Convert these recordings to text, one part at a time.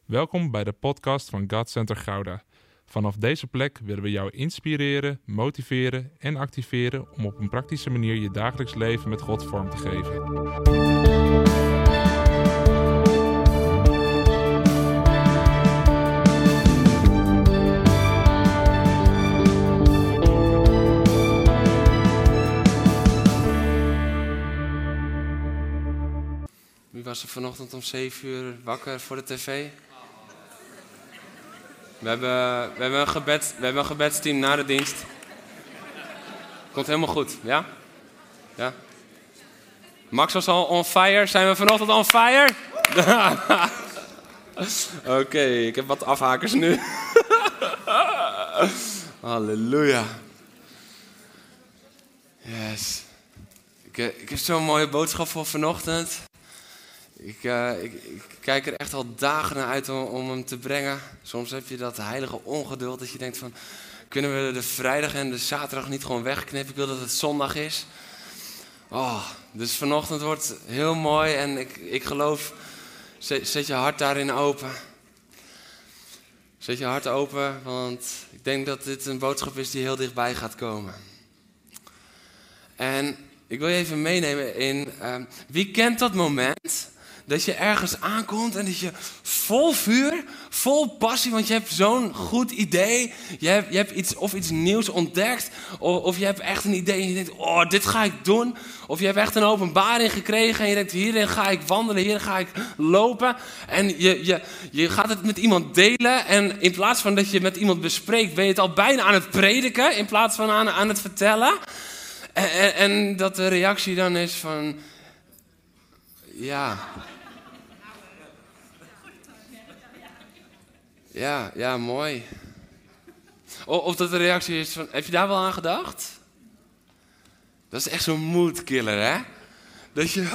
Welkom bij de podcast van God Center Gouda. Vanaf deze plek willen we jou inspireren, motiveren en activeren om op een praktische manier je dagelijks leven met God vorm te geven. Wie was er vanochtend om 7 uur wakker voor de tv? We hebben een gebedsteam na de dienst. Komt helemaal goed, ja? Ja? Max was al on fire. Zijn we vanochtend on fire? Oké, ik heb wat afhakers nu. Halleluja. Yes. Ik heb zo'n mooie boodschap voor vanochtend. Ik kijk er echt al dagen naar uit om hem te brengen. Soms heb je dat heilige ongeduld dat je denkt van... Kunnen we de vrijdag en de zaterdag niet gewoon wegknippen? Ik wil dat het zondag is. Dus vanochtend wordt heel mooi en ik geloof... Zet je hart daarin open. Zet je hart open, want ik denk dat dit een boodschap is die heel dichtbij gaat komen. En ik wil je even meenemen in... wie kent dat moment... Dat je ergens aankomt en dat je vol vuur, vol passie, want je hebt zo'n goed idee. Je hebt iets nieuws ontdekt. Of je hebt echt een idee en je denkt, dit ga ik doen. Of je hebt echt een openbaring gekregen en je denkt, hierin ga ik wandelen, hierin ga ik lopen. En je gaat het met iemand delen en in plaats van dat je met iemand bespreekt, ben je het al bijna aan het prediken in plaats van aan het vertellen. En dat de reactie dan is van, ja... Ja, mooi. Of dat de reactie is van, heb je daar wel aan gedacht? Dat is echt zo'n moodkiller, hè? Dat je,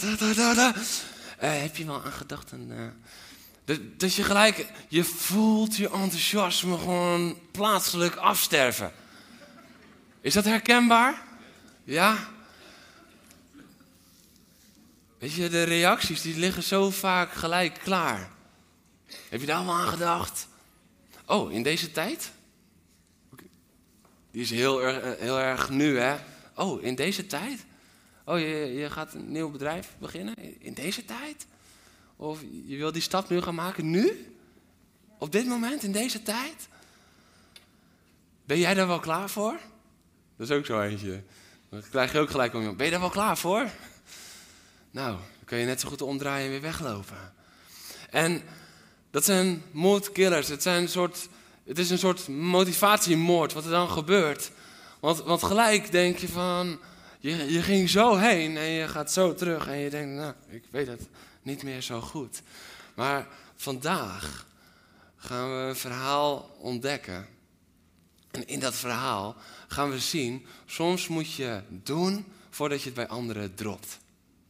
heb je wel aan gedacht? Dat je gelijk, je voelt je enthousiasme gewoon plaatselijk afsterven. Is dat herkenbaar? Ja? Weet je, de reacties die liggen zo vaak gelijk klaar. Heb je daar wel aan gedacht? In deze tijd? Die is heel erg nu, hè? In deze tijd? Je gaat een nieuw bedrijf beginnen? In deze tijd? Of je wil die stap nu gaan maken? Nu? Op dit moment? In deze tijd? Ben jij daar wel klaar voor? Dat is ook zo eentje. Dan krijg je ook gelijk om. Ben je daar wel klaar voor? Nou, dan kun je net zo goed omdraaien en weer weglopen. En... dat zijn moodkillers. Het is een soort motivatiemoord wat er dan gebeurt. Want gelijk denk je van... Je ging zo heen en je gaat zo terug. En je denkt, ik weet het niet meer zo goed. Maar vandaag gaan we een verhaal ontdekken. En in dat verhaal gaan we zien... soms moet je doen voordat je het bij anderen dropt.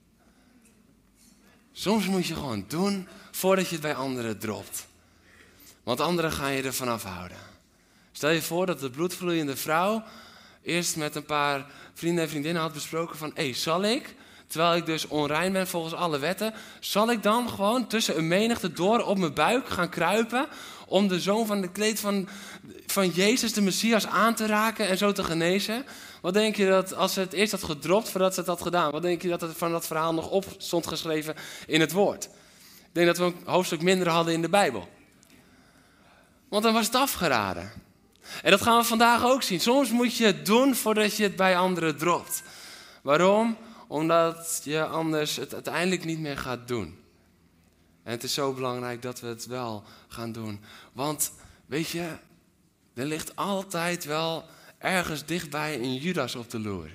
Soms moet je gewoon doen... voordat je het bij anderen dropt. Want anderen gaan je ervan afhouden. Stel je voor dat de bloedvloeiende vrouw... eerst met een paar vrienden en vriendinnen had besproken van... zal ik, terwijl ik dus onrein ben volgens alle wetten... zal ik dan gewoon tussen een menigte door op mijn buik gaan kruipen... om de zoon van het kleed van Jezus, de Messias, aan te raken en zo te genezen? Wat denk je dat als ze het eerst had gedropt voordat ze het had gedaan... wat denk je dat er van dat verhaal nog op stond geschreven in het woord? Ik denk dat we een hoofdstuk minder hadden in de Bijbel. Want dan was het afgeraden. En dat gaan we vandaag ook zien. Soms moet je het doen voordat je het bij anderen dropt. Waarom? Omdat je anders het uiteindelijk niet meer gaat doen. En het is zo belangrijk dat we het wel gaan doen. Want, weet je, er ligt altijd wel ergens dichtbij een Judas op de loer.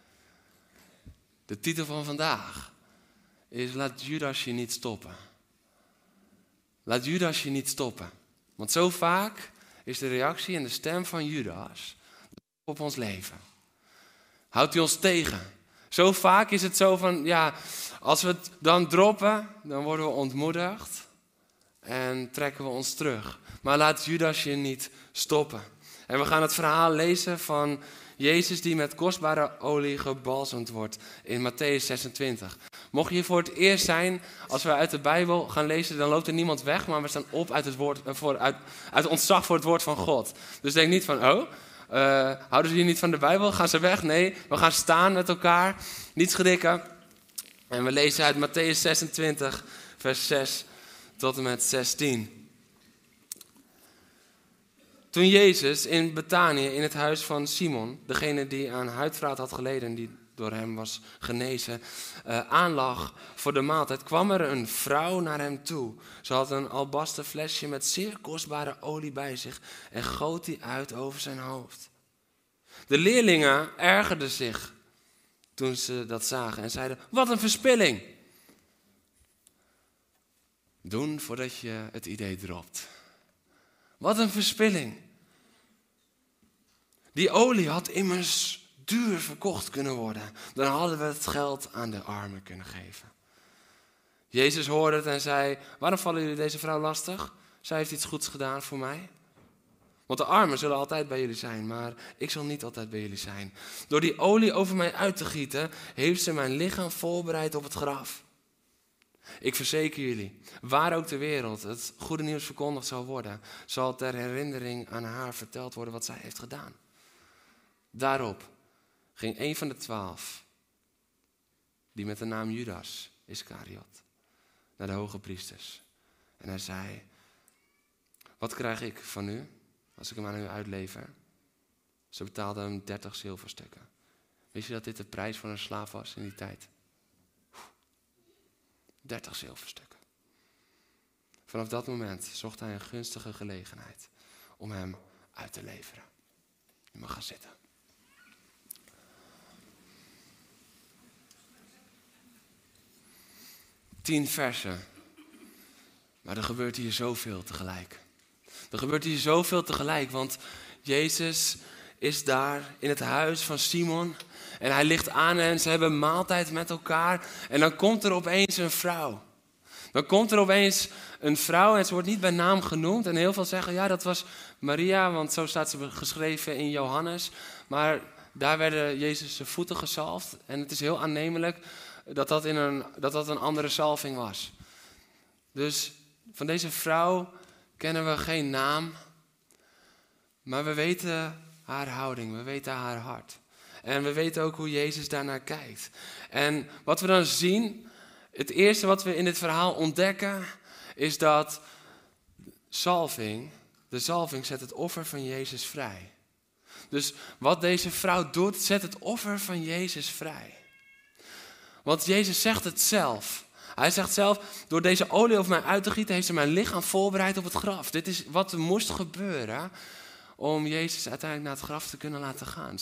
De titel van vandaag is laat Judas je niet stoppen. Laat Judas je niet stoppen. Want zo vaak is de reactie en de stem van Judas op ons leven. Houdt hij ons tegen. Zo vaak is het zo van, als we het dan droppen, dan worden we ontmoedigd. En trekken we ons terug. Maar laat Judas je niet stoppen. En we gaan het verhaal lezen van Jezus die met kostbare olie gebalsemd wordt in Mattheüs 26. Mocht je hier voor het eerst zijn, als we uit de Bijbel gaan lezen, dan loopt er niemand weg, maar we staan op uit het woord, uit ontzag voor het woord van God. Dus denk niet van, houden ze hier niet van de Bijbel? Gaan ze weg? Nee, we gaan staan met elkaar, niet schrikken. En we lezen uit Mattheüs 26, vers 6 tot en met 16. Toen Jezus in Betanië, in het huis van Simon, degene die aan huidvraat had geleden, die door hem was genezen, aanlag voor de maaltijd, kwam er een vrouw naar hem toe. Ze had een albasten flesje met zeer kostbare olie bij zich en goot die uit over zijn hoofd. De leerlingen ergerden zich toen ze dat zagen en zeiden, wat een verspilling. Doen voordat je het idee dropt. Wat een verspilling. Die olie had immers duur verkocht kunnen worden. Dan hadden we het geld aan de armen kunnen geven. Jezus hoorde het en zei, waarom vallen jullie deze vrouw lastig? Zij heeft iets goeds gedaan voor mij. Want de armen zullen altijd bij jullie zijn, maar ik zal niet altijd bij jullie zijn. Door die olie over mij uit te gieten, heeft ze mijn lichaam voorbereid op het graf. Ik verzeker jullie, waar ook ter wereld het goede nieuws verkondigd zal worden, zal ter herinnering aan haar verteld worden wat zij heeft gedaan. Daarop ging een van de 12, die met de naam Judas Iskariot, naar de hoge priesters. En hij zei, wat krijg ik van u als ik hem aan u uitlever? Ze betaalden hem 30 zilverstukken. Wist je dat dit de prijs van een slaaf was in die tijd? 30 zilverstukken. Vanaf dat moment zocht hij een gunstige gelegenheid om hem uit te leveren. Je mag gaan zitten. 10 versen. Maar er gebeurt hier zoveel tegelijk. Er gebeurt hier zoveel tegelijk, want Jezus is daar in het huis van Simon. En hij ligt aan en ze hebben maaltijd met elkaar. En dan komt er opeens een vrouw. Dan komt er opeens een vrouw en ze wordt niet bij naam genoemd. En heel veel zeggen, ja, dat was Maria, want zo staat ze geschreven in Johannes. Maar daar werden Jezus' voeten gezalfd. En het is heel aannemelijk dat dat een andere zalving was. Dus van deze vrouw kennen we geen naam. Maar we weten haar houding, we weten haar hart. En we weten ook hoe Jezus daarnaar kijkt. En wat we dan zien, het eerste wat we in dit verhaal ontdekken, is dat de zalving zet het offer van Jezus vrij. Dus wat deze vrouw doet, zet het offer van Jezus vrij. Want Jezus zegt het zelf. Hij zegt zelf, door deze olie over mij uit te gieten, heeft ze mijn lichaam voorbereid op het graf. Dit is wat er moest gebeuren om Jezus uiteindelijk naar het graf te kunnen laten gaan.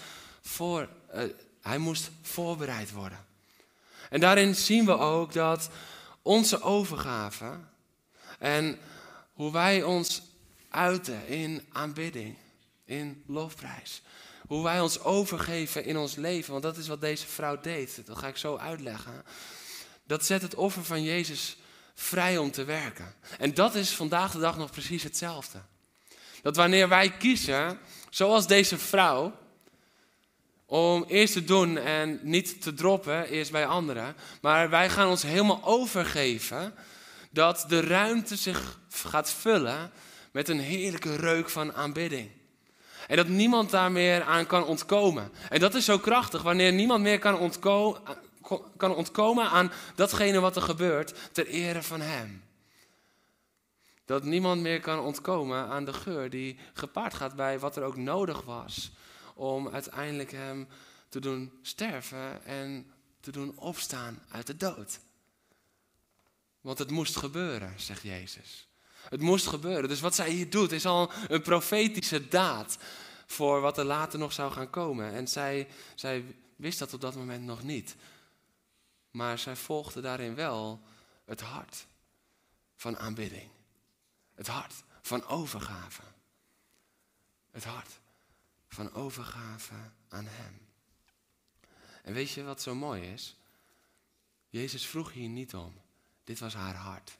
Hij moest voorbereid worden. En daarin zien we ook dat onze overgave en hoe wij ons uiten in aanbidding, in lofprijs, hoe wij ons overgeven in ons leven, want dat is wat deze vrouw deed, dat ga ik zo uitleggen. Dat zet het offer van Jezus vrij om te werken. En dat is vandaag de dag nog precies hetzelfde. Dat wanneer wij kiezen, zoals deze vrouw, om eerst te doen en niet te droppen, eerst bij anderen. Maar wij gaan ons helemaal overgeven, dat de ruimte zich gaat vullen met een heerlijke reuk van aanbidding. En dat niemand daar meer aan kan ontkomen. En dat is zo krachtig, wanneer niemand meer kan ontkomen aan datgene wat er gebeurt ter ere van hem. Dat niemand meer kan ontkomen aan de geur die gepaard gaat bij wat er ook nodig was om uiteindelijk hem te doen sterven en te doen opstaan uit de dood. Want het moest gebeuren, zegt Jezus. Het moest gebeuren. Dus wat zij hier doet is al een profetische daad voor wat er later nog zou gaan komen. En zij wist dat op dat moment nog niet. Maar zij volgde daarin wel het hart van aanbidding. Het hart van overgave. Het hart van overgave aan hem. En weet je wat zo mooi is? Jezus vroeg hier niet om. Dit was haar hart.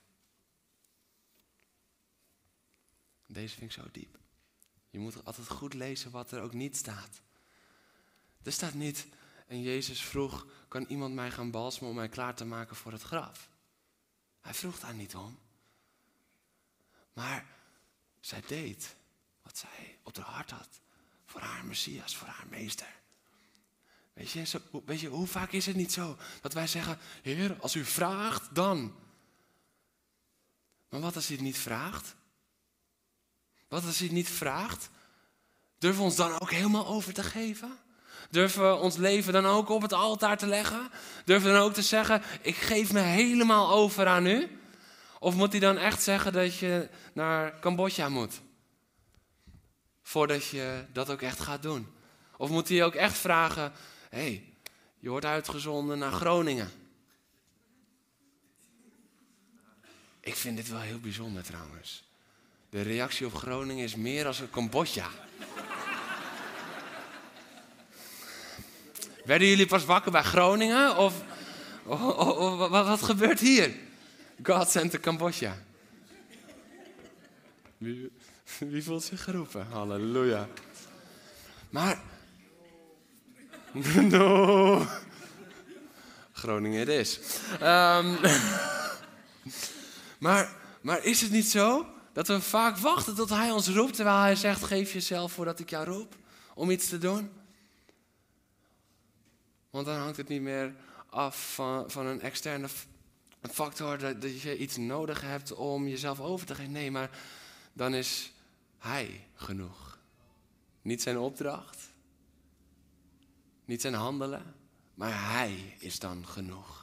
Deze vind ik zo diep. Je moet altijd goed lezen wat er ook niet staat. Er staat niet, En Jezus vroeg, kan iemand mij gaan balsemen om mij klaar te maken voor het graf? Hij vroeg daar niet om. Maar zij deed wat zij op haar hart had. Voor haar Messias, voor haar meester. Weet je, hoe vaak is het niet zo dat wij zeggen, Heer, als u vraagt, dan. Maar wat als hij het niet vraagt? Wat als hij het niet vraagt? Durven we ons dan ook helemaal over te geven? Durven we ons leven dan ook op het altaar te leggen? Durven we dan ook te zeggen, ik geef me helemaal over aan u? Of moet hij dan echt zeggen dat je naar Cambodja moet? Voordat je dat ook echt gaat doen. Of moet hij ook echt vragen, hey, je wordt uitgezonden naar Groningen. Ik vind dit wel heel bijzonder trouwens. De reactie op Groningen is meer als een Cambodja. Werden jullie pas wakker bij Groningen? Of wat gebeurt hier? God sent to Cambodja. Wie voelt zich geroepen? Halleluja. Maar... No. Groningen het is. Maar is het niet zo dat we vaak wachten tot hij ons roept, terwijl hij zegt, geef jezelf voordat ik jou roep om iets te doen? Want dan hangt het niet meer af van een externe factor dat je iets nodig hebt om jezelf over te geven. Nee, maar dan is hij genoeg. Niet zijn opdracht, niet zijn handelen, maar hij is dan genoeg.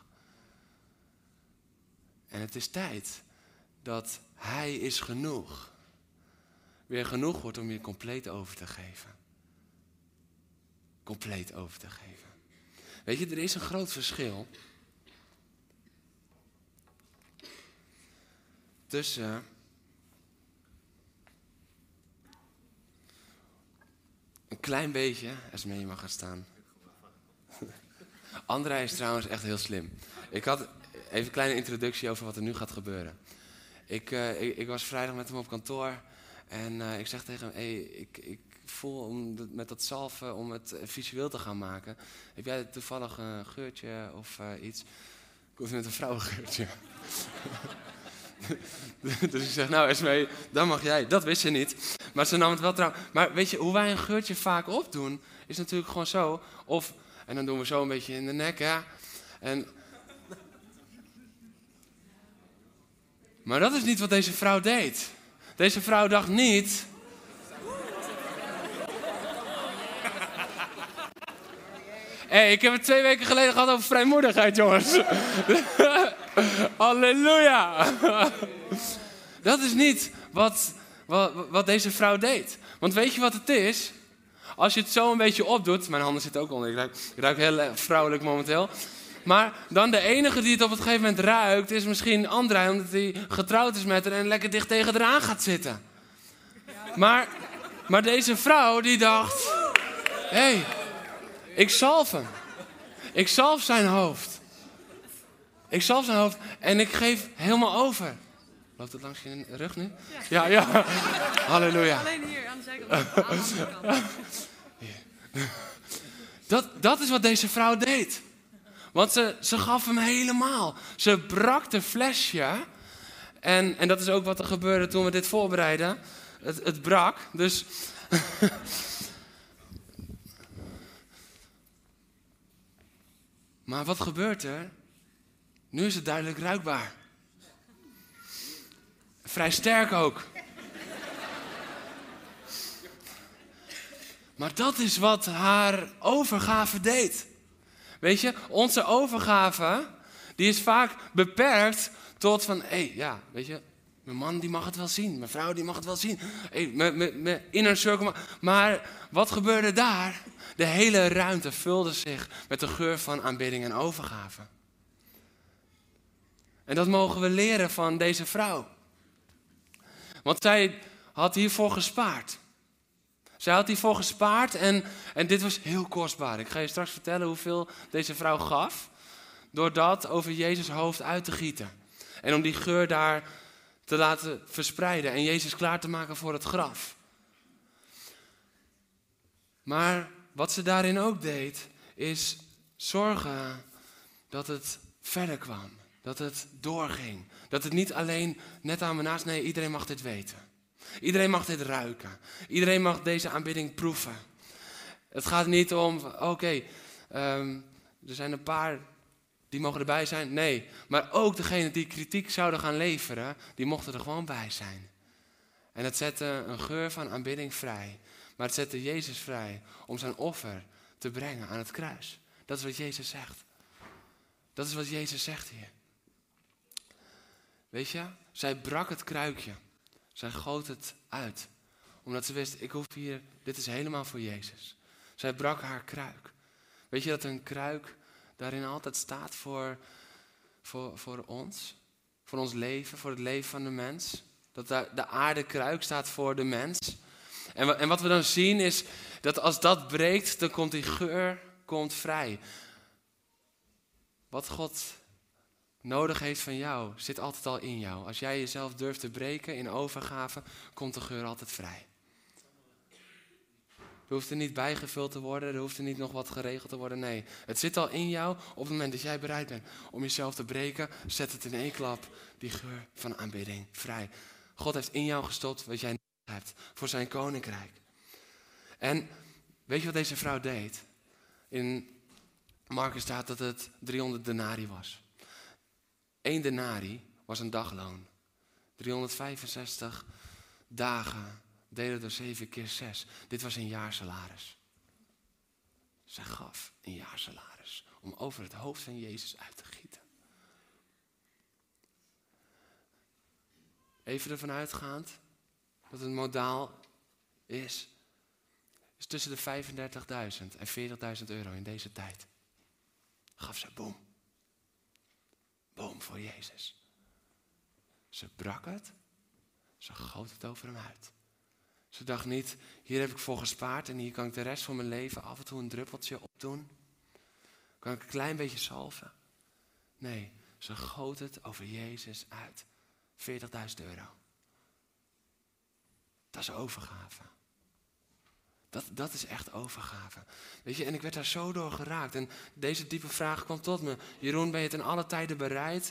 En het is tijd dat hij is genoeg weer genoeg wordt om je compleet over te geven. Compleet over te geven. Weet je, er is een groot verschil tussen een klein beetje, Esmee, je mag gaan staan. André is trouwens echt heel slim. Ik had even een kleine introductie over wat er nu gaat gebeuren. Ik was vrijdag met hem op kantoor en ik zeg tegen hem, hey, ik voel met dat zalven om het visueel te gaan maken. Heb jij toevallig een geurtje of iets? Ik hoef net een vrouwengeurtje. Dus ik zeg, nou Esmee, dan mag jij. Dat wist ze niet. Maar ze nam het wel trouw. Maar weet je, hoe wij een geurtje vaak opdoen, is natuurlijk gewoon zo. En dan doen we zo een beetje in de nek, ja. Maar dat is niet wat deze vrouw deed. Deze vrouw dacht niet... Hey, ik heb het 2 weken geleden gehad over vrijmoedigheid, jongens. Halleluja. Dat is niet wat deze vrouw deed. Want weet je wat het is? Als je het zo een beetje opdoet... Mijn handen zitten ook onder. Ik ruik heel vrouwelijk momenteel. Maar dan de enige die het op het gegeven moment ruikt... is misschien André, omdat hij getrouwd is met haar... en lekker dicht tegen haar aan gaat zitten. Maar deze vrouw die dacht... Hey, ik zalf hem. Ik zalf zijn hoofd. Ik zalf zijn hoofd en ik geef helemaal over. Loopt het langs je rug nu? Ja. Halleluja. Alleen hier aan de zijkant. Aan de andere kant. Dat is wat deze vrouw deed. Want ze gaf hem helemaal. Ze brak de flesje. En dat is ook wat er gebeurde toen we dit voorbereiden. Het brak. Dus... Maar wat gebeurt er? Nu is het duidelijk ruikbaar. Vrij sterk ook. Maar dat is wat haar overgave deed. Weet je, onze overgave, die is vaak beperkt tot van... weet je, mijn man die mag het wel zien. Mijn vrouw die mag het wel zien. Mijn inner circle. Maar wat gebeurde daar? De hele ruimte vulde zich met de geur van aanbidding en overgave. En dat mogen we leren van deze vrouw. Want zij had hiervoor gespaard. Zij had hiervoor gespaard en dit was heel kostbaar. Ik ga je straks vertellen hoeveel deze vrouw gaf. Door dat over Jezus' hoofd uit te gieten. En om die geur daar te laten verspreiden. En Jezus klaar te maken voor het graf. Maar wat ze daarin ook deed, is zorgen dat het verder kwam. Dat het doorging. Dat het niet alleen net aan me naast, nee, iedereen mag dit weten. Iedereen mag dit ruiken. Iedereen mag deze aanbidding proeven. Het gaat niet om, oké, er zijn een paar die mogen erbij zijn. Nee, maar ook degenen die kritiek zouden gaan leveren, die mochten er gewoon bij zijn. En het zette een geur van aanbidding vrij. Maar het zette Jezus vrij om zijn offer te brengen aan het kruis. Dat is wat Jezus zegt. Dat is wat Jezus zegt hier. Weet je, zij brak het kruikje. Zij goot het uit. Omdat ze wist, dit is helemaal voor Jezus. Zij brak haar kruik. Weet je dat een kruik daarin altijd staat voor ons? Voor ons leven, voor het leven van de mens? Dat de aardekruik staat voor de mens. En wat we dan zien is dat als dat breekt, dan komt die geur vrij. Wat God nodig heeft van jou, zit altijd al in jou. Als jij jezelf durft te breken in overgave, komt de geur altijd vrij. Er hoeft er niet bijgevuld te worden, er hoeft er niet nog wat geregeld te worden. Nee, het zit al in jou. Op het moment dat jij bereid bent om jezelf te breken, zet het in één klap die geur van aanbidding vrij. God heeft in jou gestopt wat jij nodig hebt voor zijn koninkrijk. En weet je wat deze vrouw deed? In Markus staat dat het 300 denari was. 1 denari was een dagloon. 365 dagen delen door 7 keer 6. Dit was een jaarsalaris. Zij gaf een jaarsalaris om over het hoofd van Jezus uit te gieten. Even ervan uitgaand dat het modaal is tussen de 35.000 en 40.000 euro in deze tijd. Gaf ze boom. Boom voor Jezus. Ze brak het. Ze goot het over hem uit. Ze dacht niet, hier heb ik voor gespaard en hier kan ik de rest van mijn leven af en toe een druppeltje opdoen. Kan ik een klein beetje salven? Nee, ze goot het over Jezus uit. 40.000 euro. Dat is overgave. Dat is echt overgave. Weet je, en ik werd daar zo door geraakt. En deze diepe vraag kwam tot me. Jeroen, ben je ten alle tijde bereid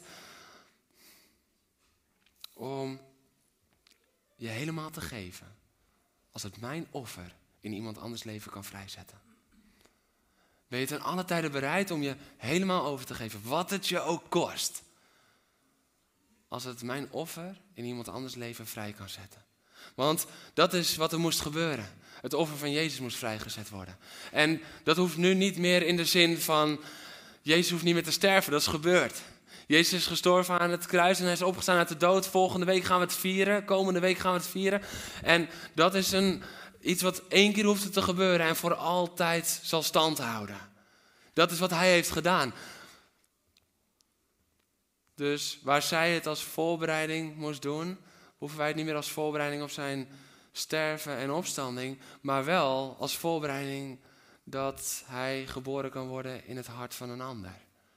om je helemaal te geven als het mijn offer in iemand anders leven kan vrijzetten? Ben je ten alle tijde bereid om je helemaal over te geven, wat het je ook kost, als het mijn offer in iemand anders leven vrij kan zetten? Want dat is wat er moest gebeuren. Het offer van Jezus moest vrijgezet worden. En dat hoeft nu niet meer in de zin van, Jezus hoeft niet meer te sterven, dat is gebeurd. Jezus is gestorven aan het kruis en hij is opgestaan uit de dood. Volgende week gaan we het vieren, komende week gaan we het vieren. En dat is iets wat 1 keer hoeft te gebeuren en voor altijd zal stand houden. Dat is wat hij heeft gedaan. Dus waar zij het als voorbereiding moest doen, hoeven wij het niet meer als voorbereiding op zijn sterven en opstanding, maar wel als voorbereiding dat hij geboren kan worden in het hart van een ander.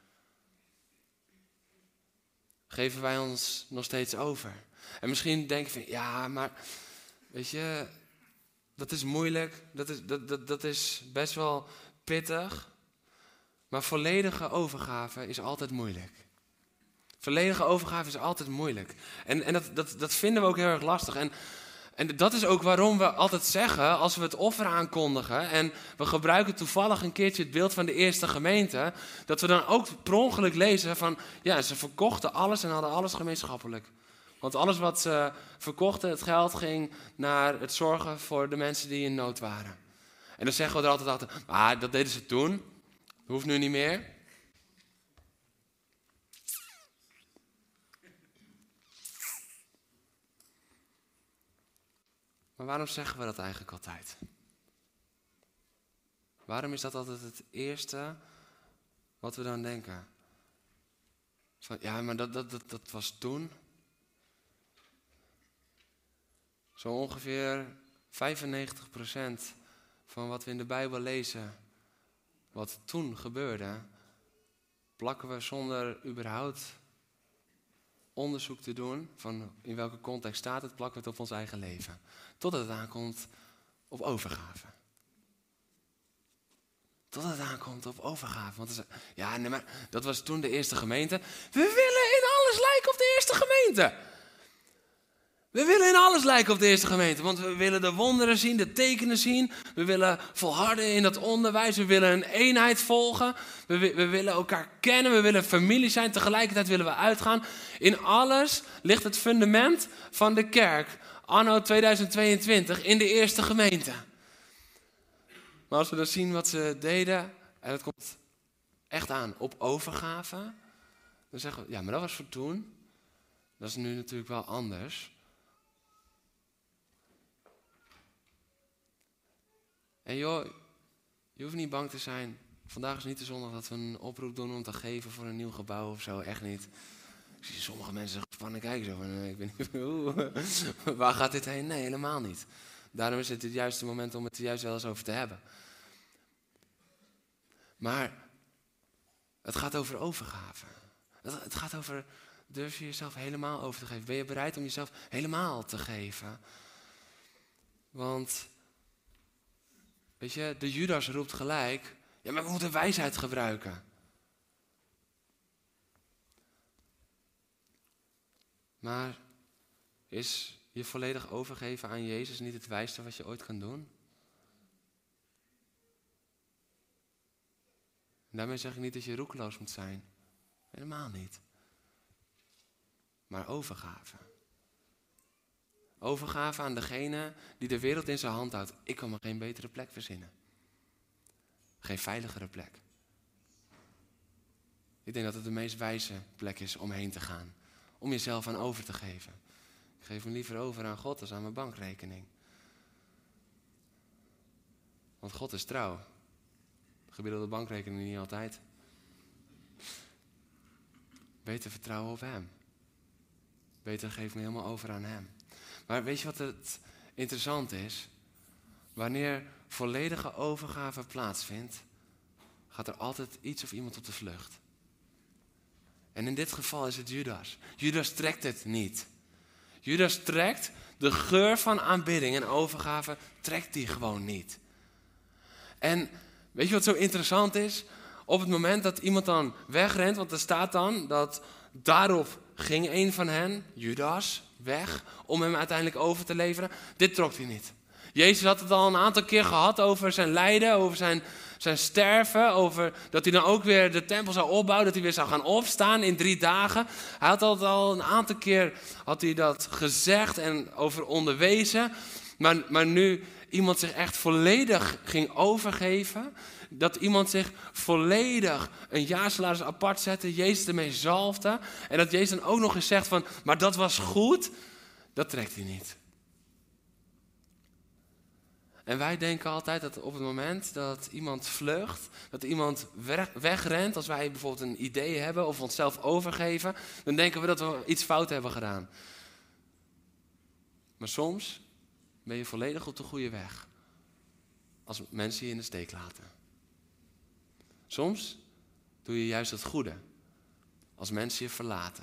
Geven wij ons nog steeds over. En misschien denk je van, ja, maar weet je, dat is moeilijk, dat is best wel pittig, maar volledige overgave is altijd moeilijk. Volledige overgave is altijd moeilijk. En dat vinden we ook heel erg lastig. En dat is ook waarom we altijd zeggen, als we het offer aankondigen, en we gebruiken toevallig een keertje het beeld van de eerste gemeente, dat we dan ook per ongeluk lezen van, ja, ze verkochten alles en hadden alles gemeenschappelijk. Want alles wat ze verkochten, het geld ging naar het zorgen voor de mensen die in nood waren. En dan zeggen we er altijd achter, maar dat deden ze toen, dat hoeft nu niet meer. Maar waarom zeggen we dat eigenlijk altijd? Waarom is dat altijd het eerste wat we dan denken? Van, ja, maar dat was toen. Zo ongeveer 95% van wat we in de Bijbel lezen, wat toen gebeurde, plakken we zonder überhaupt onderzoek te doen van in welke context staat het, plakken we het op ons eigen leven. Totdat het aankomt op overgave. Tot het aankomt op overgave. Want maar dat was toen de eerste gemeente. We willen in alles lijken op de eerste gemeente. We willen in alles lijken op de eerste gemeente. Want we willen de wonderen zien, de tekenen zien. We willen volharden in dat onderwijs. We willen een eenheid volgen. We willen elkaar kennen. We willen familie zijn. Tegelijkertijd willen we uitgaan. In alles ligt het fundament van de kerk. Anno 2022 in de eerste gemeente. Maar als we dan zien wat ze deden. En het komt echt aan op overgave. Dan zeggen we, ja, maar dat was voor toen. Dat is nu natuurlijk wel anders. En joh, je hoeft niet bang te zijn. Vandaag is niet de zondag dat we een oproep doen om te geven voor een nieuw gebouw of zo. Echt niet. Ik zie sommige mensen gespannen kijken zo van, ik weet niet, waar gaat dit heen? Nee, helemaal niet. Daarom is het juiste moment om het er juist wel eens over te hebben. Maar het gaat over overgave. Het gaat over, durf je jezelf helemaal over te geven? Ben je bereid om jezelf helemaal te geven? Want, weet je, de Judas roept gelijk, ja, maar we moeten wijsheid gebruiken. Maar is je volledig overgeven aan Jezus niet het wijste wat je ooit kan doen? En daarmee zeg ik niet dat je roekeloos moet zijn. Helemaal niet. Maar overgave. Overgave aan degene die de wereld in zijn hand houdt. Ik kan me geen betere plek verzinnen. Geen veiligere plek. Ik denk dat het de meest wijze plek is om heen te gaan. Om jezelf aan over te geven. Ik geef me liever over aan God dan aan mijn bankrekening. Want God is trouw. Gemiddelde bankrekening niet altijd. Beter vertrouwen op hem. Beter geef me helemaal over aan hem. Maar weet je wat het interessant is? Wanneer volledige overgave plaatsvindt, gaat er altijd iets of iemand op de vlucht. En in dit geval is het Judas. Judas trekt het niet. Judas trekt de geur van aanbidding en overgave, trekt die gewoon niet. En weet je wat zo interessant is? Op het moment dat iemand dan wegrent, want er staat dan dat daarop ging een van hen, Judas, weg om hem uiteindelijk over te leveren. Dit trok hij niet. Jezus had het al een aantal keer gehad over zijn lijden, over zijn sterven, over dat hij dan ook weer de tempel zou opbouwen, dat hij weer zou gaan opstaan in 3 dagen. Hij had het al een aantal keer dat gezegd en over onderwezen. Maar nu iemand zich echt volledig ging overgeven, dat iemand zich volledig een jaarsalaris apart zette, Jezus ermee zalfde, en dat Jezus dan ook nog eens zegt van, maar dat was goed, dat trekt hij niet. En wij denken altijd dat op het moment dat iemand vlucht, dat iemand wegrent, als wij bijvoorbeeld een idee hebben of onszelf overgeven, dan denken we dat we iets fout hebben gedaan. Maar soms ben je volledig op de goede weg als mensen je in de steek laten. Soms doe je juist het goede als mensen je verlaten.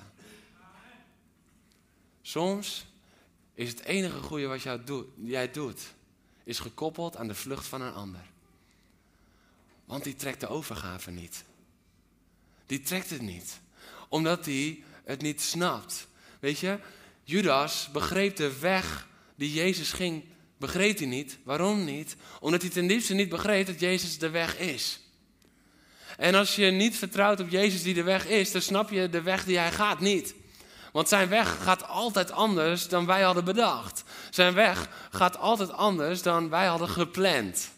Soms is het enige goede wat jij doet, is gekoppeld aan de vlucht van een ander. Want die trekt de overgave niet. Die trekt het niet. Omdat hij het niet snapt. Weet je, Judas begreep de weg die Jezus ging, begreep hij niet. Waarom niet? Omdat hij ten diepste niet begreep dat Jezus de weg is. En als je niet vertrouwt op Jezus die de weg is, dan snap je de weg die hij gaat niet. Want zijn weg gaat altijd anders dan wij hadden bedacht. Zijn weg gaat altijd anders dan wij hadden gepland.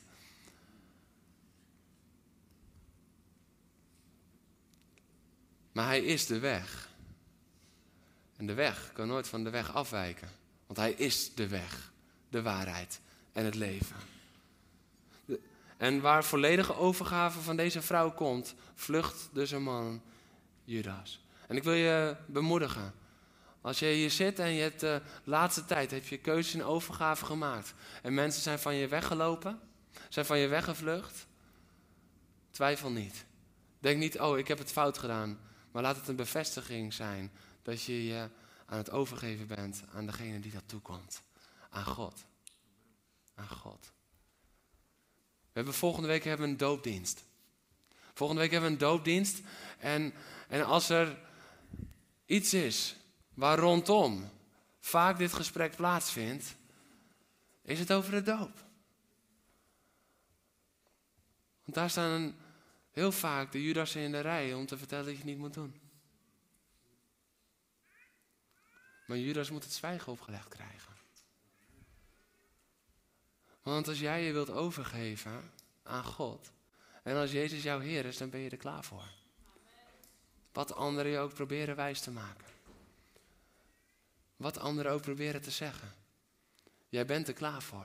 Maar hij is de weg. En de weg kan nooit van de weg afwijken. Want hij is de weg, de waarheid en het leven. En waar volledige overgave van deze vrouw komt, vlucht dus een man, Judas. En ik wil je bemoedigen. Als je hier zit en je hebt de laatste tijd heb je keuzes in overgave gemaakt. En mensen zijn van je weggelopen, zijn van je weggevlucht. Twijfel niet. Denk niet, ik heb het fout gedaan. Maar laat het een bevestiging zijn dat je je aan het overgeven bent aan degene die dat toekomt. Aan God. Aan God. Volgende week hebben we een doopdienst. Volgende week hebben we een doopdienst. En als er iets is waar rondom vaak dit gesprek plaatsvindt, is het over de doop. Want daar staan heel vaak de Judassen in de rij om te vertellen dat je het niet moet doen. Maar Judas moet het zwijgen opgelegd krijgen. Want als jij je wilt overgeven aan God, en als Jezus jouw Heer is, dan ben je er klaar voor. Wat anderen je ook proberen wijs te maken. Wat anderen ook proberen te zeggen. Jij bent er klaar voor.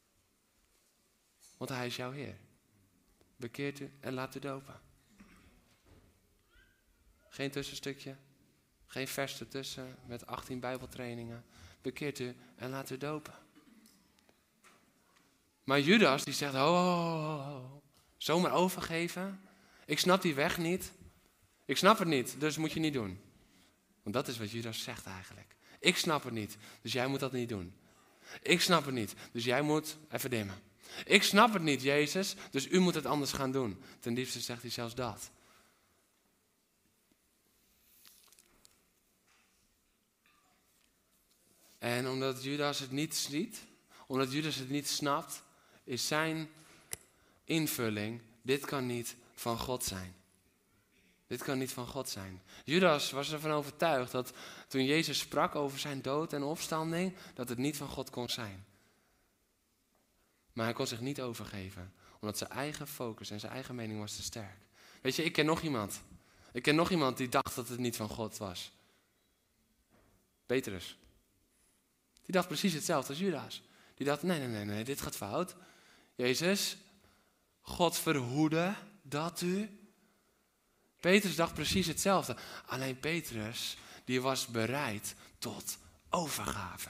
Want Hij is jouw Heer. Bekeert u en laat u dopen. Geen tussenstukje. Geen vers ertussen met 18 bijbeltrainingen. Bekeert u en laat u dopen. Maar Judas die zegt, zomaar overgeven. Ik snap die weg niet. Ik snap het niet, dus moet je niet doen. Want dat is wat Judas zegt eigenlijk. Ik snap het niet, dus jij moet dat niet doen. Ik snap het niet, dus jij moet even dimmen. Ik snap het niet, Jezus, dus u moet het anders gaan doen. Ten diepste zegt hij zelfs dat. En omdat Judas het niet ziet, omdat Judas het niet snapt, is zijn invulling, dit kan niet van God zijn. Dit kan niet van God zijn. Judas was ervan overtuigd dat toen Jezus sprak over zijn dood en opstanding, dat het niet van God kon zijn. Maar hij kon zich niet overgeven, omdat zijn eigen focus en zijn eigen mening was te sterk. Weet je, ik ken nog iemand. Ik ken nog iemand die dacht dat het niet van God was. Petrus. Die dacht precies hetzelfde als Judas. Die dacht, nee, dit gaat fout. Jezus, God verhoede dat u... Petrus dacht precies hetzelfde. Alleen Petrus, die was bereid tot overgave.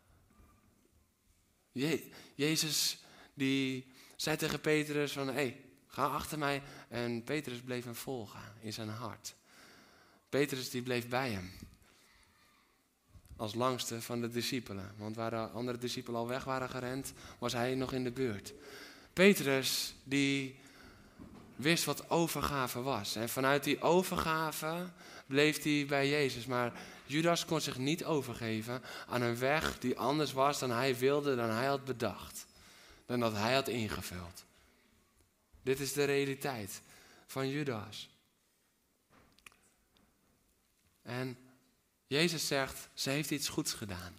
Jezus, die zei tegen Petrus van, ga achter mij. En Petrus bleef hem volgen in zijn hart. Petrus die bleef bij hem. Als langste van de discipelen. Want waar de andere discipelen al weg waren gerend, was hij nog in de buurt. Petrus, die wist wat overgave was. En vanuit die overgave bleef hij bij Jezus. Maar Judas kon zich niet overgeven aan een weg die anders was dan hij wilde, dan hij had bedacht. Dan dat hij had ingevuld. Dit is de realiteit van Judas. En Jezus zegt, ze heeft iets goeds gedaan.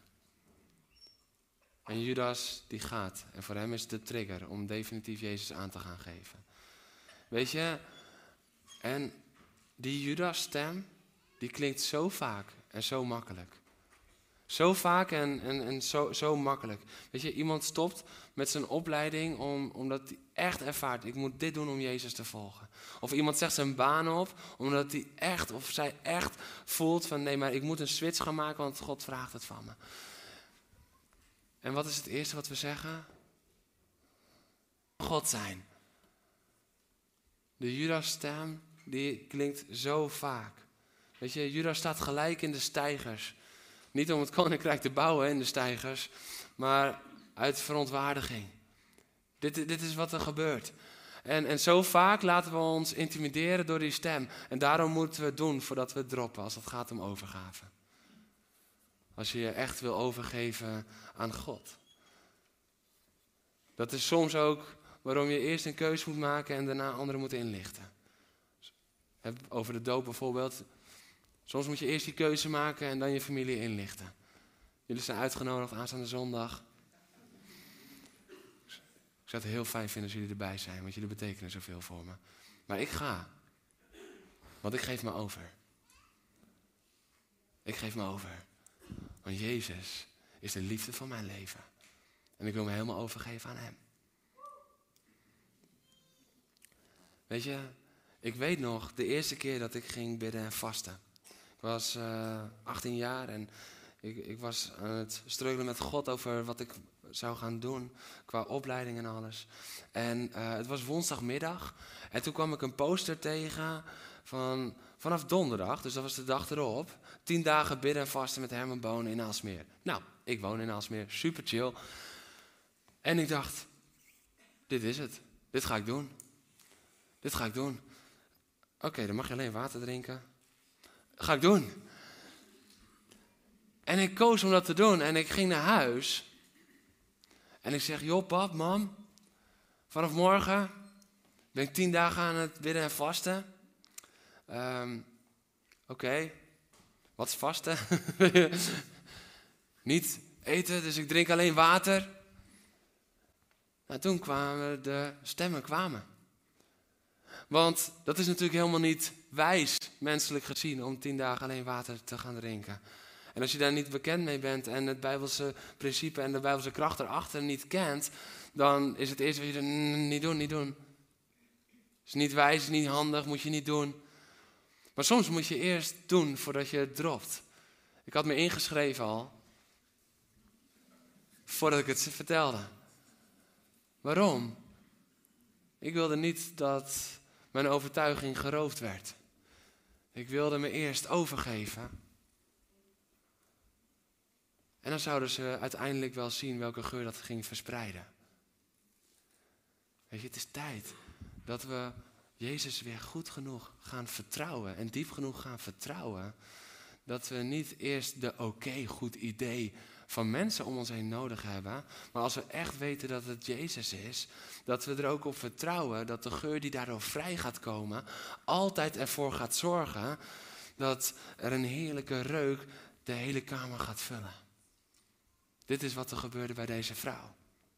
En Judas die gaat. En voor hem is het de trigger om definitief Jezus aan te gaan geven. Weet je, en die Judas stem, die klinkt zo vaak en zo makkelijk. Zo vaak en zo makkelijk. Weet je, iemand stopt met zijn opleiding omdat hij echt ervaart, ik moet dit doen om Jezus te volgen. Of iemand zegt zijn baan op, omdat hij echt of zij echt voelt van nee, maar ik moet een switch gaan maken, want God vraagt het van me. En wat is het eerste wat we zeggen? God zijn. De Judas-stem, die klinkt zo vaak. Weet je, Judas staat gelijk in de steigers. Niet om het koninkrijk te bouwen in de steigers, maar uit verontwaardiging. Dit is wat er gebeurt. En zo vaak laten we ons intimideren door die stem. En daarom moeten we het doen voordat we het droppen, als het gaat om overgave. Als je je echt wil overgeven aan God. Dat is soms ook waarom je eerst een keuze moet maken en daarna anderen moet inlichten. Over de doop bijvoorbeeld. Soms moet je eerst die keuze maken en dan je familie inlichten. Jullie zijn uitgenodigd aanstaande zondag. Ik zou het heel fijn vinden als jullie erbij zijn, want jullie betekenen zoveel voor me. Maar ik ga, want ik geef me over. Ik geef me over. Want Jezus is de liefde van mijn leven. En ik wil me helemaal overgeven aan Hem. Weet je, ik weet nog de eerste keer dat ik ging bidden en vasten. Ik was 18 jaar en ik was aan het struggelen met God over wat ik zou gaan doen qua opleiding en alles. En het was woensdagmiddag en toen kwam ik een poster tegen vanaf donderdag, dus dat was de dag erop. 10 dagen bidden en vasten met Herman Bonen in Aalsmeer. Nou, ik woon in Aalsmeer, super chill. En ik dacht, dit is het. dit ga ik doen. Dit ga ik doen. Oké, dan mag je alleen water drinken. Ga ik doen. En ik koos om dat te doen. En ik ging naar huis. En ik zeg, joh pap, mam. Vanaf morgen ben ik 10 dagen aan het bidden en vasten. Oké. Wat is vasten? Niet eten, dus ik drink alleen water. Nou, toen kwamen de stemmen kwamen. Want dat is natuurlijk helemaal niet wijs, menselijk gezien, om 10 dagen alleen water te gaan drinken. En als je daar niet bekend mee bent en het Bijbelse principe en de Bijbelse kracht erachter niet kent, dan is het eerste wat je doet, niet doen. Is niet wijs, is niet handig, moet je niet doen. Maar soms moet je eerst doen voordat je het dropt. Ik had me ingeschreven al, voordat ik het vertelde. Waarom? Ik wilde niet dat mijn overtuiging geroofd werd. Ik wilde me eerst overgeven. En dan zouden ze uiteindelijk wel zien welke geur dat ging verspreiden. Weet je, het is tijd dat we Jezus weer goed genoeg gaan vertrouwen en diep genoeg gaan vertrouwen. Dat we niet eerst de goed idee van mensen om ons heen nodig hebben. Maar als we echt weten dat het Jezus is, dat we er ook op vertrouwen dat de geur die daardoor vrij gaat komen, altijd ervoor gaat zorgen dat er een heerlijke reuk de hele kamer gaat vullen. Dit is wat er gebeurde bij deze vrouw.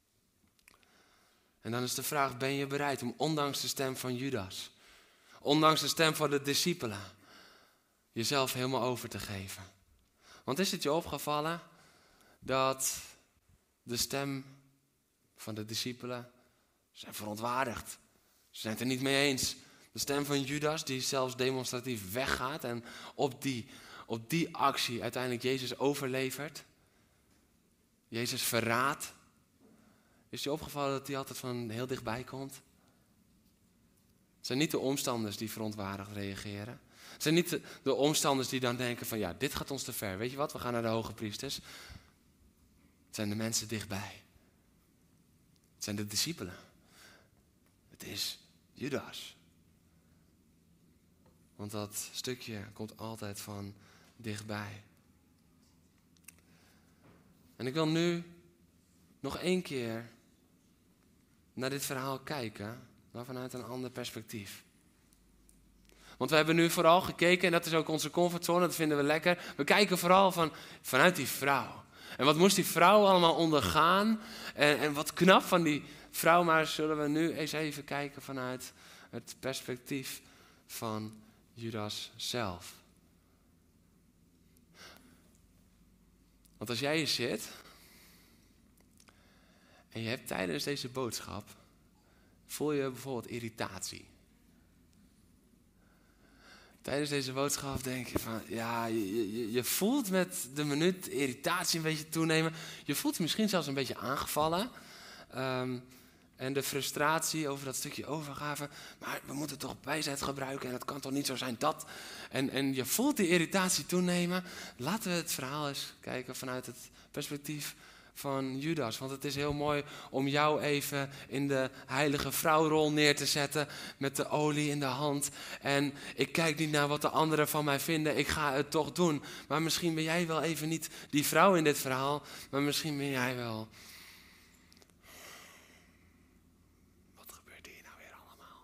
En dan is de vraag, ben je bereid om ondanks de stem van Judas, ondanks de stem van de discipelen, jezelf helemaal over te geven? Want is het je opgevallen dat de stem van de discipelen zijn verontwaardigd? Ze zijn het er niet mee eens. De stem van Judas, die zelfs demonstratief weggaat en op die actie uiteindelijk Jezus overlevert. Jezus verraadt. Is je opgevallen dat hij altijd van heel dichtbij komt? Het zijn niet de omstanders die verontwaardigd reageren. Het zijn niet de omstanders die dan denken van ja, dit gaat ons te ver. Weet je wat, we gaan naar de hoge priesters. Het zijn de mensen dichtbij. Het zijn de discipelen. Het is Judas. Want dat stukje komt altijd van dichtbij. En ik wil nu nog 1 keer naar dit verhaal kijken, maar vanuit een ander perspectief. Want we hebben nu vooral gekeken, en dat is ook onze comfortzone, dat vinden we lekker. We kijken vooral vanuit die vrouw. En wat moest die vrouw allemaal ondergaan? En wat knap van die vrouw, maar zullen we nu eens even kijken vanuit het perspectief van Judas zelf. Want als jij hier zit en je hebt tijdens deze boodschap, voel je bijvoorbeeld irritatie. Tijdens deze boodschap denk je van, ja, je voelt met de minuut irritatie een beetje toenemen. Je voelt je misschien zelfs een beetje aangevallen. En de frustratie over dat stukje overgave. Maar we moeten toch wijsheid gebruiken en het kan toch niet zo zijn dat. En je voelt die irritatie toenemen. Laten we het verhaal eens kijken vanuit het perspectief van Judas. Want het is heel mooi om jou even in de heilige vrouwrol neer te zetten met de olie in de hand. En ik kijk niet naar wat de anderen van mij vinden, ik ga het toch doen. Maar misschien ben jij wel even niet die vrouw in dit verhaal, maar misschien ben jij wel. Wat gebeurt hier nou weer allemaal?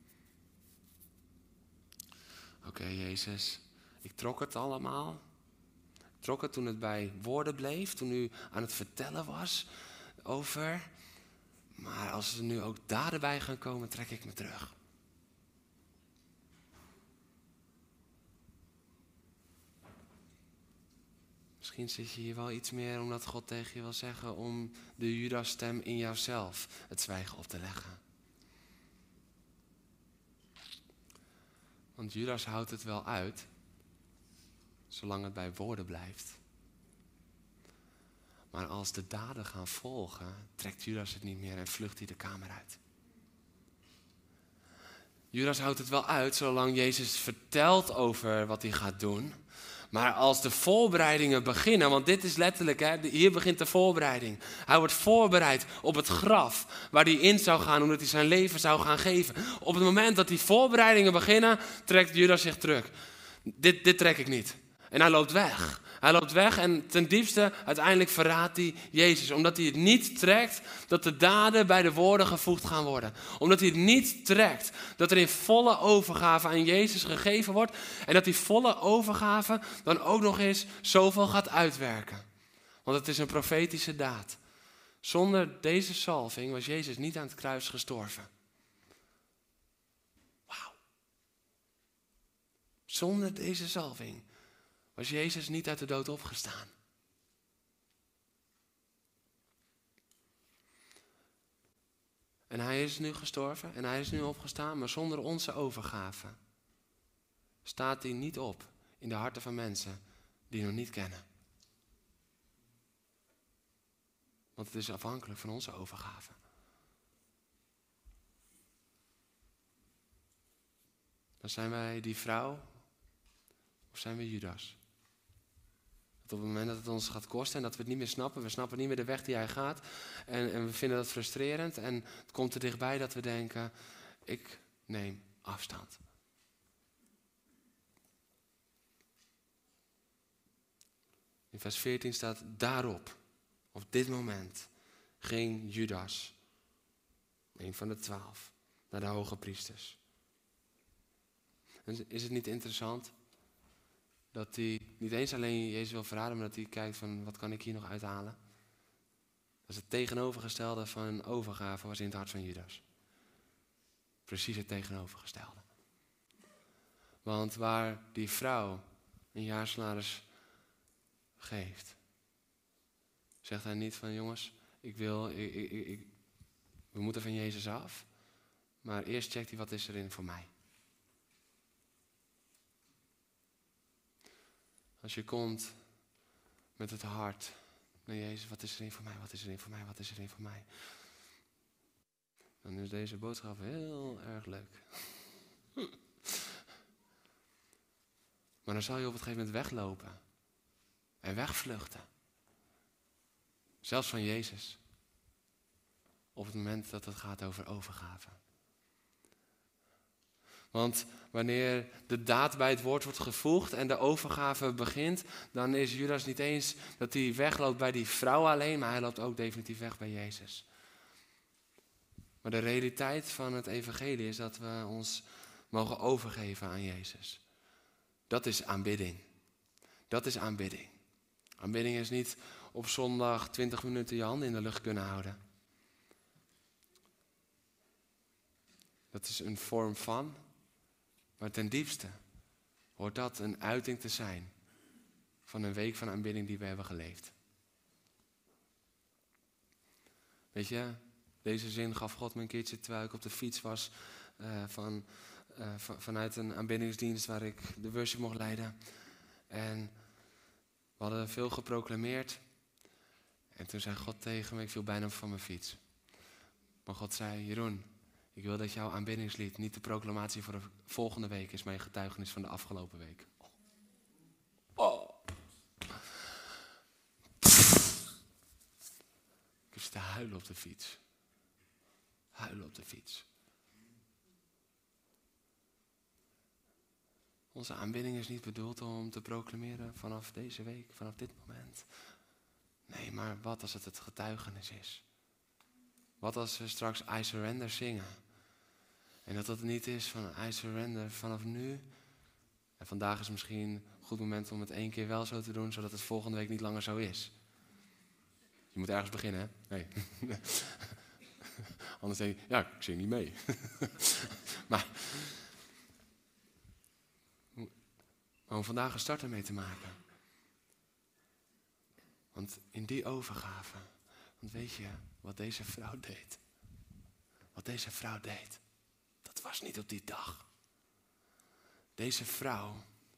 Oké, Jezus, ik trok het allemaal. Trok het toen het bij woorden bleef, toen u aan het vertellen was over. Maar als er nu ook daden bij gaan komen, trek ik me terug. Misschien zit je hier wel iets meer omdat God tegen je wil zeggen om de Judas-stem in jouzelf het zwijgen op te leggen. Want Judas houdt het wel uit. Zolang het bij woorden blijft. Maar als de daden gaan volgen, trekt Judas het niet meer en vlucht hij de kamer uit. Judas houdt het wel uit zolang Jezus vertelt over wat hij gaat doen. Maar als de voorbereidingen beginnen, want dit is letterlijk, hier begint de voorbereiding. Hij wordt voorbereid op het graf waar hij in zou gaan, omdat hij zijn leven zou gaan geven. Op het moment dat die voorbereidingen beginnen, trekt Judas zich terug. Dit trek ik niet. En hij loopt weg. Hij loopt weg en ten diepste uiteindelijk verraadt hij Jezus. Omdat hij het niet trekt dat de daden bij de woorden gevoegd gaan worden. Omdat hij het niet trekt dat er in volle overgave aan Jezus gegeven wordt. En dat die volle overgave dan ook nog eens zoveel gaat uitwerken. Want het is een profetische daad. Zonder deze salving was Jezus niet aan het kruis gestorven. Wauw. Zonder deze salving was Jezus niet uit de dood opgestaan. En hij is nu gestorven en hij is nu opgestaan, maar zonder onze overgave staat hij niet op in de harten van mensen die hem nog niet kennen. Want het is afhankelijk van onze overgave. Dan zijn wij die vrouw of zijn we Judas? Dat op het moment dat het ons gaat kosten en dat we het niet meer snappen, we snappen niet meer de weg die hij gaat en we vinden dat frustrerend en het komt er dichtbij dat we denken, ik neem afstand. In vers 14 staat, daarop, op dit moment, ging Judas, een van de 12, naar de hoge priesters. En is het niet interessant dat hij niet eens alleen Jezus wil verraden, maar dat hij kijkt van, wat kan ik hier nog uithalen? Dat is het tegenovergestelde van een overgave was in het hart van Judas. Precies het tegenovergestelde. Want waar die vrouw een jaarsalaris geeft, zegt hij niet van, jongens, we moeten van Jezus af. Maar eerst checkt hij, wat is erin voor mij? Als je komt met het hart naar Jezus, wat is erin voor mij, wat is erin voor mij, wat is erin voor mij? Dan is deze boodschap heel erg leuk. Maar dan zal je op het gegeven moment weglopen. En wegvluchten. Zelfs van Jezus. Op het moment dat het gaat over overgave. Want wanneer de daad bij het woord wordt gevoegd en de overgave begint, dan is Judas niet eens dat hij wegloopt bij die vrouw alleen, maar hij loopt ook definitief weg bij Jezus. Maar de realiteit van het evangelie is dat we ons mogen overgeven aan Jezus. Dat is aanbidding. Dat is aanbidding. Aanbidding is niet op zondag 20 minuten je handen in de lucht kunnen houden. Dat is een vorm van, maar ten diepste hoort dat een uiting te zijn van een week van aanbidding die we hebben geleefd. Weet je, deze zin gaf God me een keertje terwijl ik op de fiets was vanuit een aanbiddingsdienst waar ik de worship mocht leiden. En we hadden veel geproclameerd. En toen zei God tegen me, ik viel bijna van mijn fiets. Maar God zei, Jeroen, ik wil dat jouw aanbiddingslied niet de proclamatie voor de volgende week is, maar je getuigenis van de afgelopen week. Oh. Ik heb te huilen op de fiets. Huilen op de fiets. Onze aanbidding is niet bedoeld om te proclameren vanaf deze week, vanaf dit moment. Nee, maar wat als het getuigenis is? Wat als we straks I surrender zingen? En dat het niet is van I surrender vanaf nu. En vandaag is misschien een goed moment om het 1 keer wel zo te doen, zodat het volgende week niet langer zo is. Je moet ergens beginnen, hè? Nee. Anders denk je, ja, ik zing niet mee. Maar om vandaag een start ermee te maken. Want in die overgave, want weet je wat deze vrouw deed? Wat deze vrouw deed, dat was niet op die dag. Deze vrouw,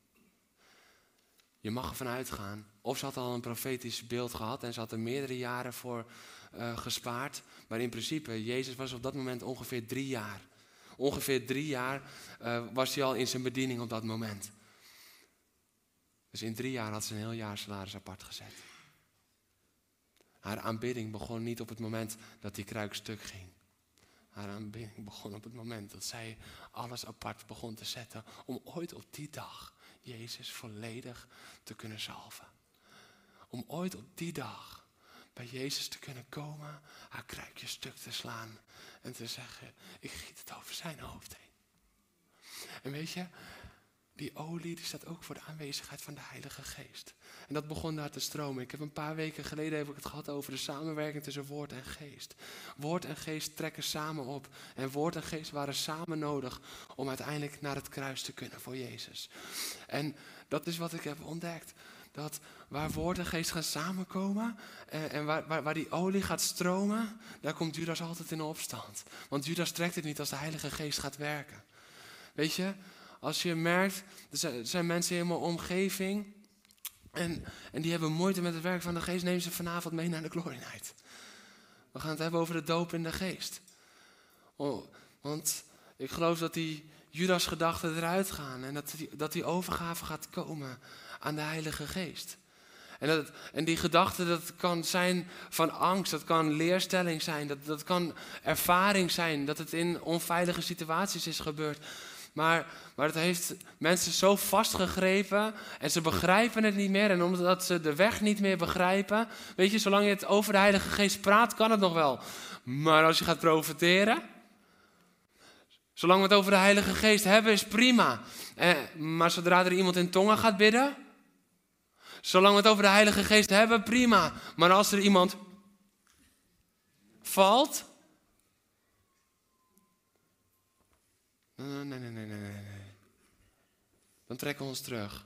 je mag ervan uitgaan, of ze had al een profetisch beeld gehad en ze had er meerdere jaren voor gespaard. Maar in principe, Jezus was op dat moment ongeveer 3 jaar. Ongeveer 3 jaar was hij al in zijn bediening op dat moment. Dus in 3 jaar had ze een heel jaar salaris apart gezet. Haar aanbidding begon niet op het moment dat die kruik stuk ging. Haar aanbidding begon op het moment dat zij alles apart begon te zetten. Om ooit op die dag Jezus volledig te kunnen zalven. Om ooit op die dag bij Jezus te kunnen komen, haar kruikje stuk te slaan. En te zeggen, ik giet het over zijn hoofd heen. En weet je, die olie die staat ook voor de aanwezigheid van de Heilige Geest. En dat begon daar te stromen. Ik heb een paar weken geleden heb ik het gehad over de samenwerking tussen woord en geest. Woord en geest trekken samen op. En woord en geest waren samen nodig om uiteindelijk naar het kruis te kunnen voor Jezus. En dat is wat ik heb ontdekt. Dat waar woord en geest gaan samenkomen en waar die olie gaat stromen, daar komt Judas altijd in opstand. Want Judas trekt het niet als de Heilige Geest gaat werken. Weet je, als je merkt, er zijn mensen in mijn omgeving en die hebben moeite met het werk van de geest, neem ze vanavond mee naar de Glory Night. We gaan het hebben over de doop in de geest. Want ik geloof dat die Judas gedachten eruit gaan en dat die overgave gaat komen aan de Heilige Geest. En die gedachte, dat kan zijn van angst, dat kan leerstelling zijn, dat kan ervaring zijn, dat het in onveilige situaties is gebeurd. Maar het heeft mensen zo vastgegrepen en ze begrijpen het niet meer. En omdat ze de weg niet meer begrijpen, weet je, zolang je het over de Heilige Geest praat, kan het nog wel. Maar als je gaat profeteren, zolang we het over de Heilige Geest hebben, is prima. Maar zodra er iemand in tongen gaat bidden, zolang we het over de Heilige Geest hebben, prima. Maar als er iemand valt, nee. Dan trekken we ons terug.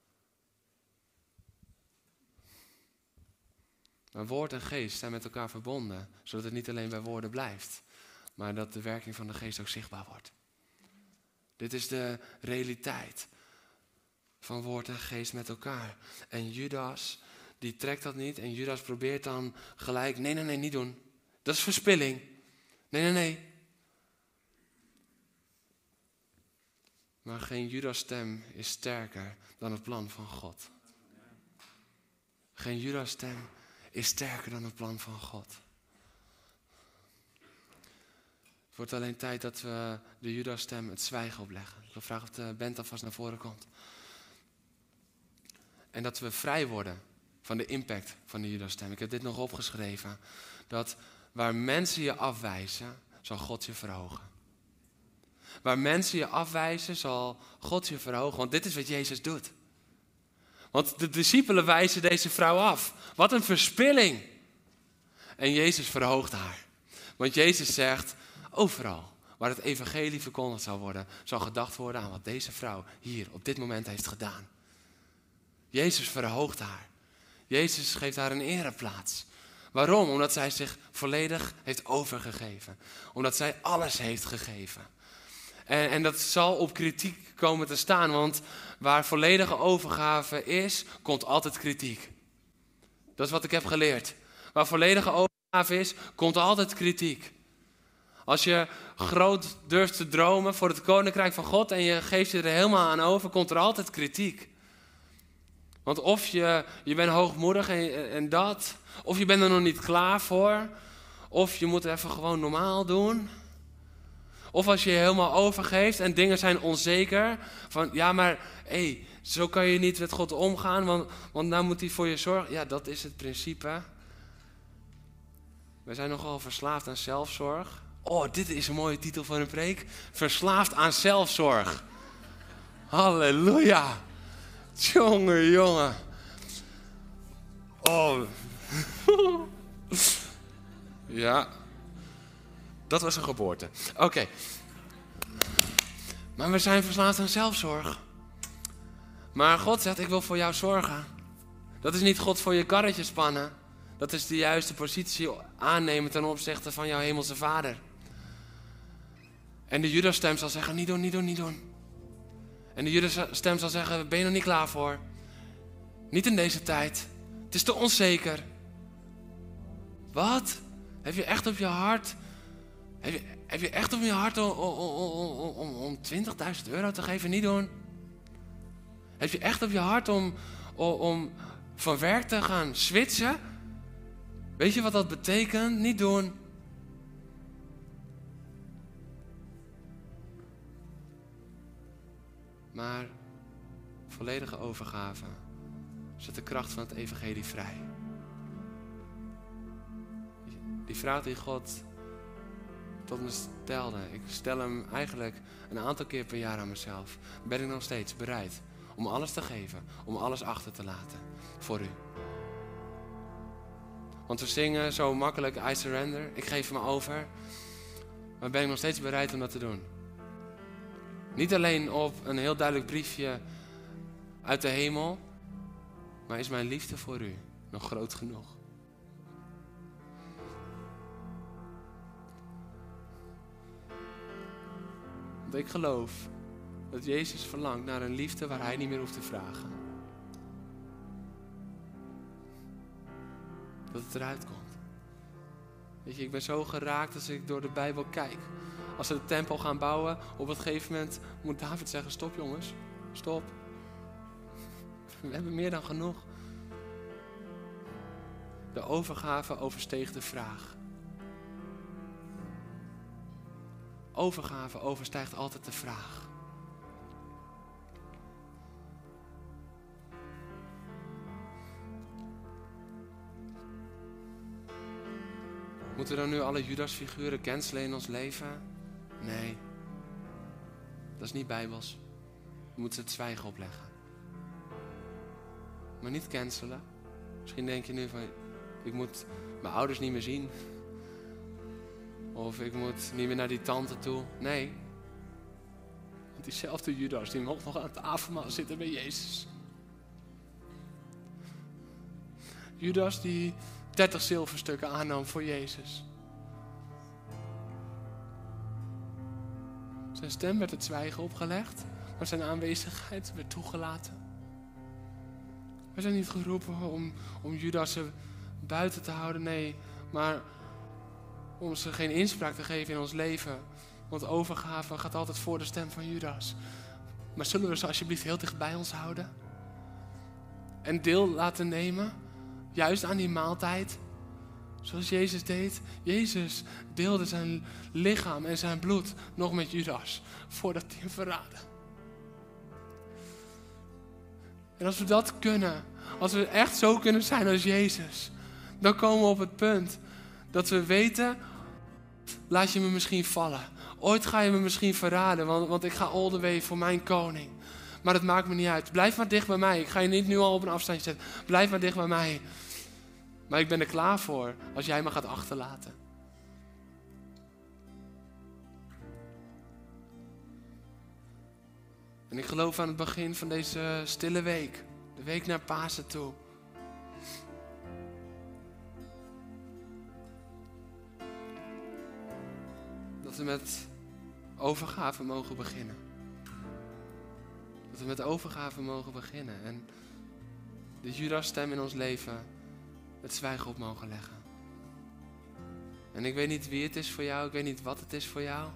Maar woord en geest zijn met elkaar verbonden, zodat het niet alleen bij woorden blijft, maar dat de werking van de geest ook zichtbaar wordt. Dit is de realiteit van woord en geest met elkaar. En Judas, die trekt dat niet. En Judas probeert dan gelijk, nee, niet doen. Dat is verspilling. Nee. Maar geen Judas stem is sterker dan het plan van God. Geen Judas stem is sterker dan het plan van God. Het wordt alleen tijd dat we de Judas stem het zwijgen opleggen. Ik wil vragen of de band alvast naar voren komt. En dat we vrij worden van de impact van de Judas stem. Ik heb dit nog opgeschreven. Dat waar mensen je afwijzen, zal God je verhogen. Waar mensen je afwijzen, zal God je verhogen. Want dit is wat Jezus doet. Want de discipelen wijzen deze vrouw af. Wat een verspilling. En Jezus verhoogt haar. Want Jezus zegt, overal waar het evangelie verkondigd zal worden, zal gedacht worden aan wat deze vrouw hier op dit moment heeft gedaan. Jezus verhoogt haar. Jezus geeft haar een ereplaats. Waarom? Omdat zij zich volledig heeft overgegeven. Omdat zij alles heeft gegeven. En dat zal op kritiek komen te staan, want waar volledige overgave is, komt altijd kritiek. Dat is wat ik heb geleerd. Waar volledige overgave is, komt altijd kritiek. Als je groot durft te dromen voor het koninkrijk van God en je geeft je er helemaal aan over, komt er altijd kritiek. Want of je bent hoogmoedig en dat, of je bent er nog niet klaar voor, of je moet het even gewoon normaal doen. Of als je je helemaal overgeeft en dingen zijn onzeker, van ja maar zo kan je niet met God omgaan, want nou moet hij voor je zorgen. Ja, dat is het principe. We zijn nogal verslaafd aan zelfzorg. Oh, dit is een mooie titel voor een preek. Verslaafd aan zelfzorg. Halleluja. Jongen. Oh. Ja. Dat was een geboorte. Oké. Maar we zijn verslaafd aan zelfzorg. Maar God zegt, ik wil voor jou zorgen. Dat is niet God voor je karretje spannen. Dat is de juiste positie aannemen ten opzichte van jouw hemelse Vader. En de Judas stem zal zeggen, niet doen. En de Judas stem zal zeggen, ben je nog niet klaar voor? Niet in deze tijd. Het is te onzeker. Wat? Heb je echt op je hart... Heb je echt op je hart om €20.000 te geven? Niet doen. Heb je echt op je hart om van werk te gaan switchen? Weet je wat dat betekent? Niet doen. Maar volledige overgave zet de kracht van het evangelie vrij. Die vraag die God tot me stelde, ik stel hem eigenlijk een aantal keer per jaar aan mezelf. Ben ik nog steeds bereid om alles te geven, om alles achter te laten voor u? Want we zingen zo makkelijk, I surrender, ik geef me over. Maar ben ik nog steeds bereid om dat te doen? Niet alleen op een heel duidelijk briefje uit de hemel, maar is mijn liefde voor u nog groot genoeg? Want ik geloof dat Jezus verlangt naar een liefde waar hij niet meer hoeft te vragen. Dat het eruit komt. Weet je, ik ben zo geraakt als ik door de Bijbel kijk. Als ze de tempel gaan bouwen, op een gegeven moment moet David zeggen, stop jongens, stop. We hebben meer dan genoeg. De overgave oversteeg de vraag. Overgave overstijgt altijd de vraag. Moeten we dan nu alle Judas-figuren cancelen in ons leven? Nee. Dat is niet bijbels. We moeten het zwijgen opleggen. Maar niet cancelen. Misschien denk je nu van, ik moet mijn ouders niet meer zien. Of ik moet niet meer naar die tante toe. Nee. Want diezelfde Judas, die mocht nog aan het avondmaal zitten bij Jezus. Judas die 30 zilverstukken aannam voor Jezus. Zijn stem werd het zwijgen opgelegd, maar zijn aanwezigheid werd toegelaten. We zijn niet geroepen om Judassen buiten te houden, nee, maar om ze geen inspraak te geven in ons leven. Want overgave gaat altijd voor de stem van Judas. Maar zullen we ze alsjeblieft heel dicht bij ons houden? En deel laten nemen, juist aan die maaltijd. Zoals Jezus deed. Jezus deelde zijn lichaam en zijn bloed nog met Judas. Voordat hij hem verraadde. En als we dat kunnen. Als we echt zo kunnen zijn als Jezus. Dan komen we op het punt. Dat we weten. Laat je me misschien vallen. Ooit ga je me misschien verraden. Want ik ga all the way voor mijn koning. Maar dat maakt me niet uit. Blijf maar dicht bij mij. Ik ga je niet nu al op een afstandje zetten. Blijf maar dicht bij mij. Maar ik ben er klaar voor als jij me gaat achterlaten. En ik geloof aan het begin van deze stille week. De week naar Pasen toe. Dat we met overgave mogen beginnen. Dat we met overgave mogen beginnen. En de Judas-stem in ons leven het zwijgen op mogen leggen. En ik weet niet wie het is voor jou. Ik weet niet wat het is voor jou.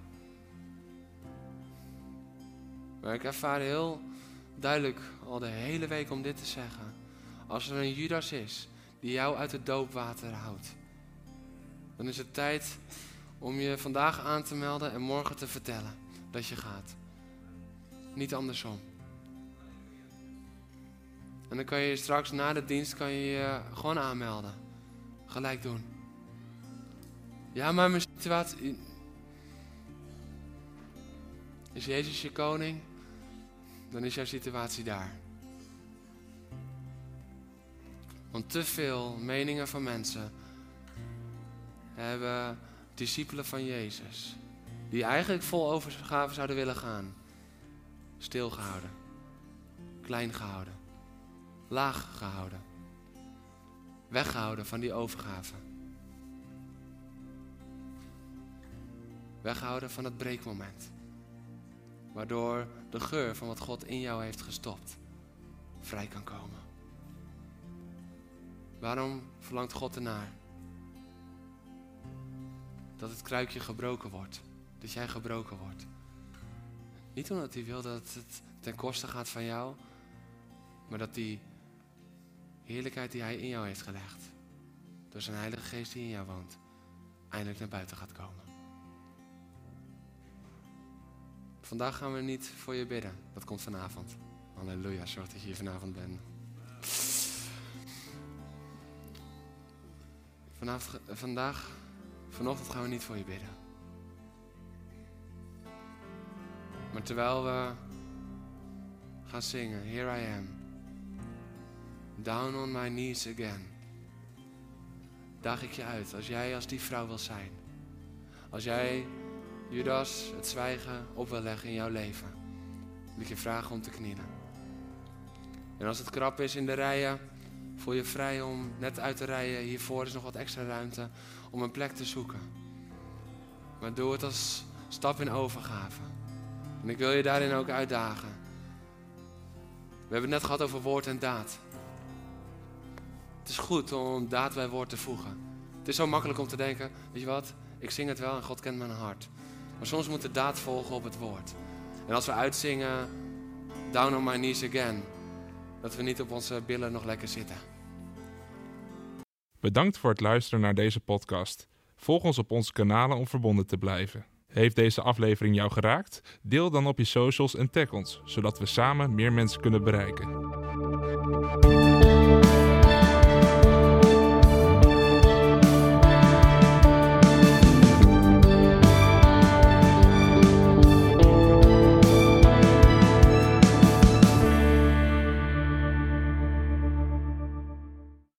Maar ik ervaar heel duidelijk al de hele week om dit te zeggen. Als er een Judas is die jou uit het doopwater houdt. Dan is het tijd om je vandaag aan te melden en morgen te vertellen dat je gaat. Niet andersom. En dan kan je straks na de dienst je gewoon aanmelden. Gelijk doen. Ja, maar mijn situatie... Is Jezus je koning? Dan is jouw situatie daar. Want te veel meningen van mensen hebben discipelen van Jezus, die eigenlijk vol overgave zouden willen gaan, stilgehouden, klein gehouden, laag gehouden, weggehouden van die overgave. Weghouden van het breekmoment. Waardoor de geur van wat God in jou heeft gestopt vrij kan komen. Waarom verlangt God ernaar? Dat het kruikje gebroken wordt. Dat jij gebroken wordt. Niet omdat hij wil dat het ten koste gaat van jou. Maar dat die heerlijkheid die hij in jou heeft gelegd, door zijn Heilige Geest die in jou woont, eindelijk naar buiten gaat komen. Vandaag gaan we niet voor je bidden. Dat komt vanavond. Halleluja, zorg dat je hier vanavond bent. Vanochtend gaan we niet voor je bidden. Maar terwijl we gaan zingen, Here I am, down on my knees again, daag ik je uit, als jij als die vrouw wil zijn. Als jij, Judas, het zwijgen op wil leggen in jouw leven, wil ik je vragen om te knielen. En als het krap is in de rijen, voel je vrij om net uit te rijden. Hiervoor is nog wat extra ruimte om een plek te zoeken. Maar doe het als stap in overgave. En ik wil je daarin ook uitdagen. We hebben het net gehad over woord en daad. Het is goed om daad bij woord te voegen. Het is zo makkelijk om te denken, weet je wat, ik zing het wel en God kent mijn hart. Maar soms moet de daad volgen op het woord. En als we uitzingen, down on my knees again, dat we niet op onze billen nog lekker zitten. Bedankt voor het luisteren naar deze podcast. Volg ons op onze kanalen om verbonden te blijven. Heeft deze aflevering jou geraakt? Deel dan op je socials en tag ons, zodat we samen meer mensen kunnen bereiken.